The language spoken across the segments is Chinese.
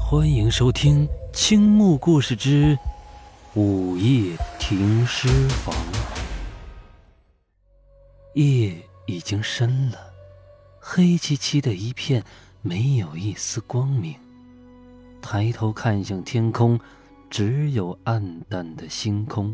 欢迎收听青木故事之午夜停尸房。夜已经深了，黑漆漆的一片，没有一丝光明。抬头看向天空，只有暗淡的星空。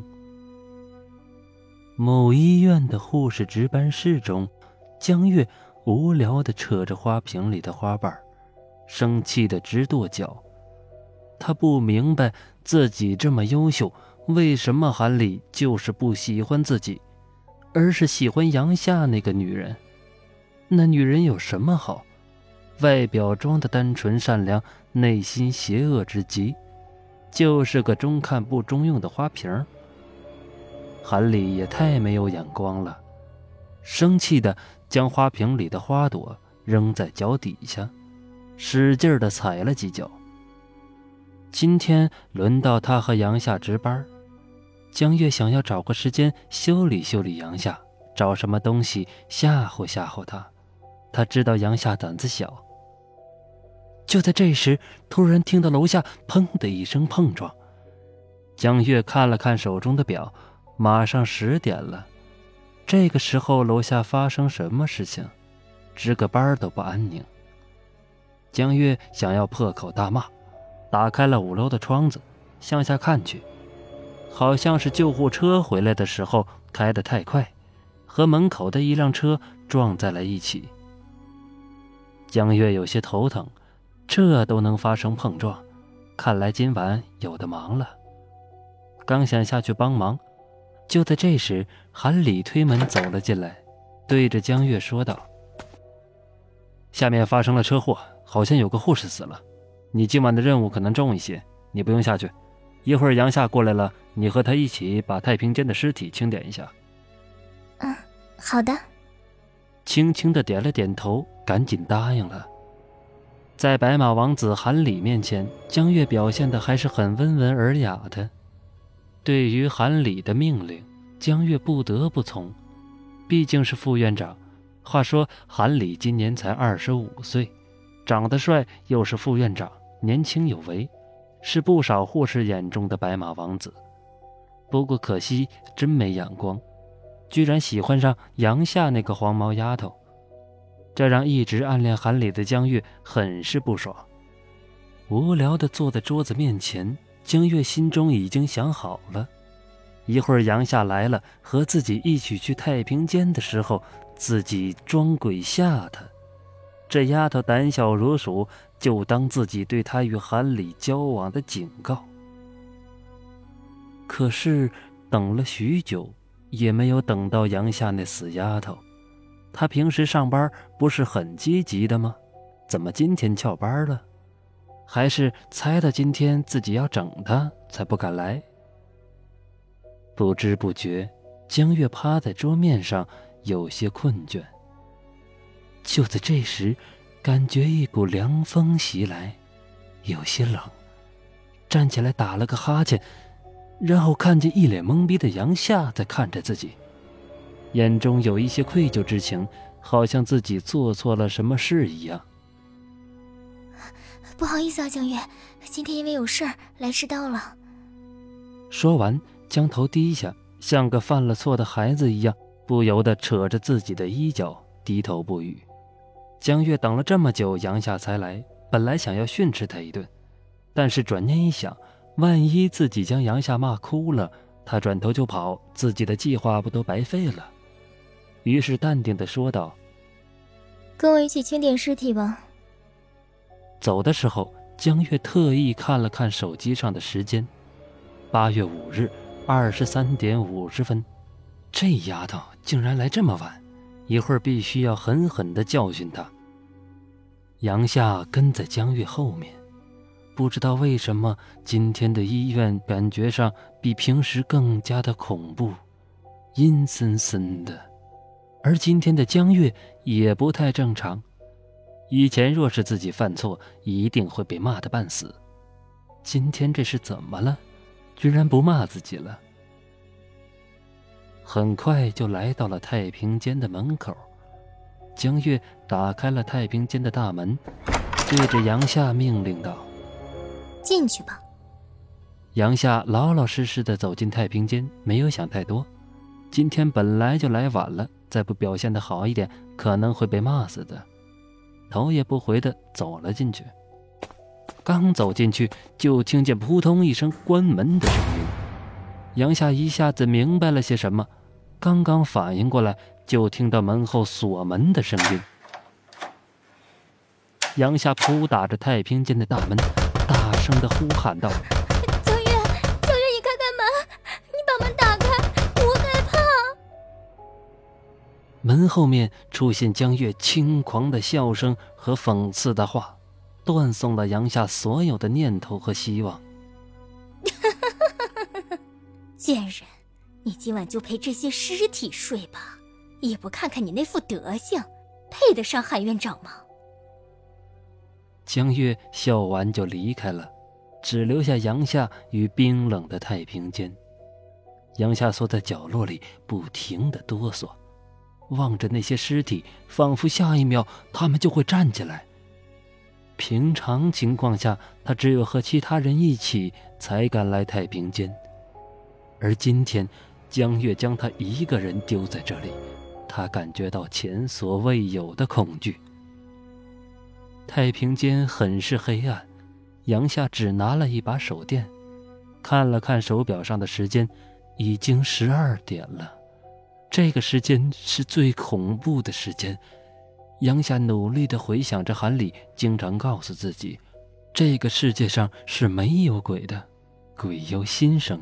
某医院的护士值班室中，江月无聊地扯着花瓶里的花瓣，生气得直跺脚。他不明白自己这么优秀，为什么韩里就是不喜欢自己，而是喜欢杨夏那个女人。那女人有什么好？外表装得单纯善良，内心邪恶之极，就是个中看不中用的花瓶。韩里也太没有眼光了，生气地将花瓶里的花朵扔在脚底下，使劲地踩了几脚。今天轮到他和杨夏值班，江月想要找个时间修理修理杨夏，找什么东西吓唬吓唬他。他知道杨夏胆子小。就在这时，突然听到楼下砰的一声碰撞。江月看了看手中的表，马上10点了。这个时候楼下发生什么事情，值个班都不安宁。江月想要破口大骂，打开了5楼的窗子，向下看去，好像是救护车回来的时候开得太快，和门口的一辆车撞在了一起。江月有些头疼，这都能发生碰撞，看来今晚有的忙了。刚想下去帮忙，就在这时，韩里推门走了进来，对着江月说道：下面发生了车祸，好像有个护士死了，你今晚的任务可能重一些，你不用下去，一会儿杨夏过来了，你和他一起把太平间的尸体清点一下。 好的。 轻轻地点了点头，赶紧答应了。在白马王子韩里面前，江月表现得还是很温文尔雅的。对于韩里的命令，江月不得不从，毕竟是副院长。话说韩里今年才25岁，长得帅，又是副院长，年轻有为，是不少护士眼中的白马王子。不过可惜真没眼光，居然喜欢上杨夏那个黄毛丫头，这让一直暗恋韩里的江月很是不爽。无聊地坐在桌子面前，江月心中已经想好了，一会儿杨夏来了，和自己一起去太平间的时候，自己装鬼吓她。这丫头胆小如鼠，就当自己对她与韩里交往的警告。可是等了许久，也没有等到杨夏那死丫头。她平时上班不是很积极的吗？怎么今天翘班了？还是猜到今天自己要整她，才不敢来？不知不觉，江月趴在桌面上，有些困倦。就在这时，感觉一股凉风袭来，有些冷，站起来打了个哈欠，然后看见一脸懵逼的杨夏在看着自己，眼中有一些愧疚之情，好像自己做错了什么事一样。 不好意思啊，江月，今天因为有事儿来迟到了。 说完，将头低下，像个犯了错的孩子一样，不由得扯着自己的衣角，低头不语。江月等了这么久，杨夏才来，本来想要训斥他一顿，但是转念一想，万一自己将杨夏骂哭了，他转头就跑，自己的计划不都白费了？于是淡定地说道： 跟我一起清点尸体吧。 走的时候，江月特意看了看手机上的时间，8月5日23点50分。这丫头竟然来这么晚，一会儿必须要狠狠地教训她。杨夏跟在江月后面，不知道为什么今天的医院感觉上比平时更加的恐怖，阴森森的。而今天的江月也不太正常，以前若是自己犯错，一定会被骂得半死。今天这是怎么了？居然不骂自己了。很快就来到了太平间的门口，江月打开了太平间的大门，对着杨夏命令道： 进去吧。 杨夏老老实实地走进太平间，没有想太多。今天本来就来晚了，再不表现得好一点，可能会被骂死的。头也不回地走了进去。刚走进去，就听见扑通一声关门的声音。杨夏一下子明白了些什么，刚刚反应过来，就听到门后锁门的声音。杨夏扑打着太平间的大门，大声地呼喊道： 江月，你开开门，你把门打开，我害怕。 门后面出现江月轻狂的笑声和讽刺的话，断送了杨夏所有的念头和希望。 贱人，你今晚就陪这些尸体睡吧，也不看看你那副德行，配得上韩院长吗？ 江月笑完就离开了，只留下杨夏与冰冷的太平间。杨夏缩在角落里，不停地哆嗦，望着那些尸体，仿佛下一秒他们就会站起来。平常情况下，他只有和其他人一起才敢来太平间，而今天江月将他一个人丢在这里，他感觉到前所未有的恐惧。太平间很是黑暗，杨夏只拿了一把手电，看了看手表上的时间，已经12点了。这个时间是最恐怖的时间。杨夏努力地回想着韩礼经常告诉自己，这个世界上是没有鬼的，鬼由心生。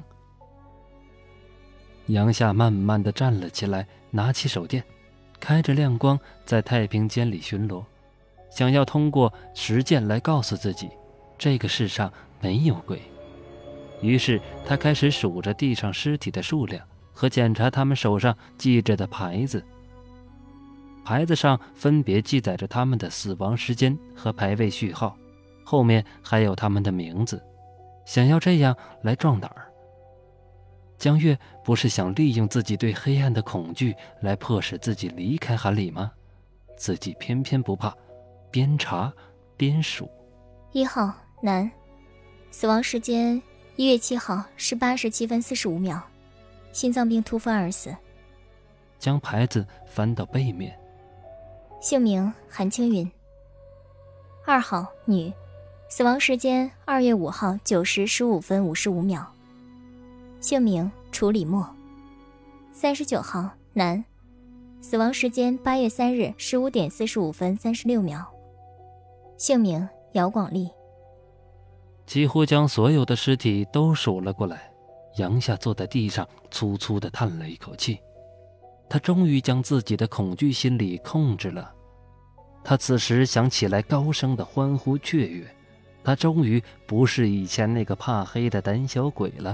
杨夏慢慢地站了起来，拿起手电，开着亮光在太平间里巡逻，想要通过实践来告诉自己，这个世上没有鬼。于是他开始数着地上尸体的数量和检查他们手上系着的牌子。牌子上分别记载着他们的死亡时间和排位序号，后面还有他们的名字。想要这样来壮胆儿。江月不是想利用自己对黑暗的恐惧来迫使自己离开韩礼吗？自己偏偏不怕，边查边数。 1号男，死亡时间1月7号18时7分45秒，心脏病突发而死。 将牌子翻到背面。 姓名韩青云。2号女，死亡时间2月5号9时15分55秒，姓名楚李默。39号男，死亡时间8月3日15点45分36秒，姓名姚广利。 几乎将所有的尸体都数了过来，杨夏坐在地上粗粗地叹了一口气。他终于将自己的恐惧心理控制了。他此时想起来高声的欢呼雀跃，他终于不是以前那个怕黑的胆小鬼了。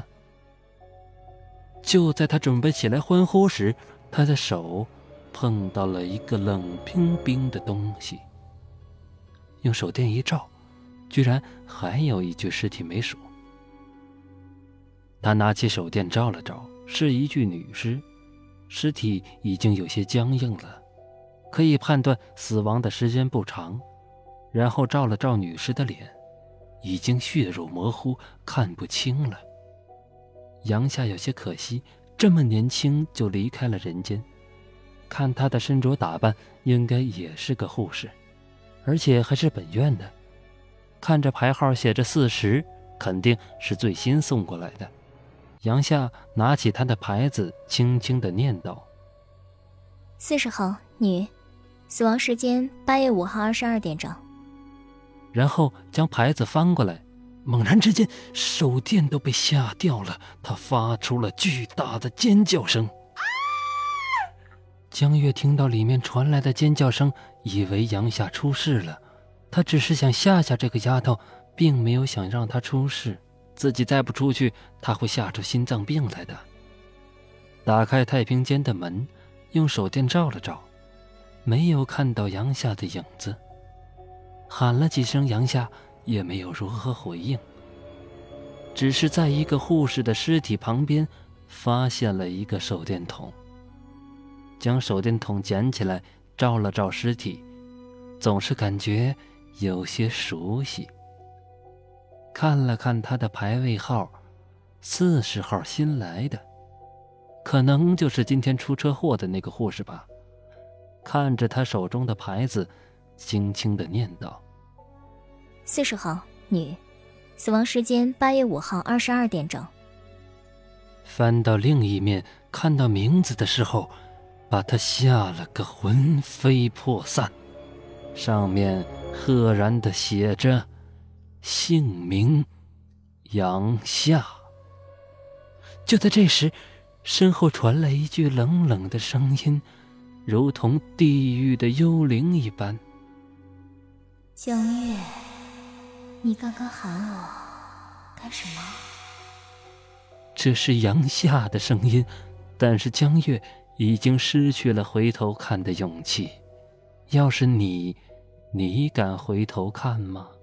就在他准备起来欢呼时，他的手碰到了一个冷冰冰的东西。用手电一照，居然还有一具尸体没数。他拿起手电照了照，是一具女尸，尸体已经有些僵硬了，可以判断死亡的时间不长。然后照了照女尸的脸，已经血肉模糊，看不清了。杨夏有些可惜，这么年轻就离开了人间。看她的身着打扮，应该也是个护士，而且还是本院的。看着牌号写着40，肯定是最新送过来的。杨夏拿起他的牌子，轻轻地念道 ：40号女，死亡时间8月5号22点整。 然后将牌子翻过来，猛然之间手电都被吓掉了，他发出了巨大的尖叫声。江月听到里面传来的尖叫声，以为杨夏出事了，他只是想吓吓这个丫头，并没有想让她出事。自己再不出去，她会吓出心脏病来的。打开太平间的门，用手电照了照，没有看到杨夏的影子。喊了几声杨夏，也没有如何回应，只是在一个护士的尸体旁边发现了一个手电筒。将手电筒捡起来照了照尸体，总是感觉有些熟悉。 看了看他的排位号，40号新来的，可能就是今天出车祸的那个护士吧。看着他手中的牌子，轻轻地念道 ：40号女，死亡时间8月5号22点整。 翻到另一面，看到名字的时候，把他吓了个魂飞魄散。上面赫然地写着姓名杨夏。就在这时，身后传来一句冷冷的声音，如同地狱的幽灵一般： 江月，你刚刚喊我干什么？ 这是杨夏的声音，但是江月已经失去了回头看的勇气。要是你敢回头看吗？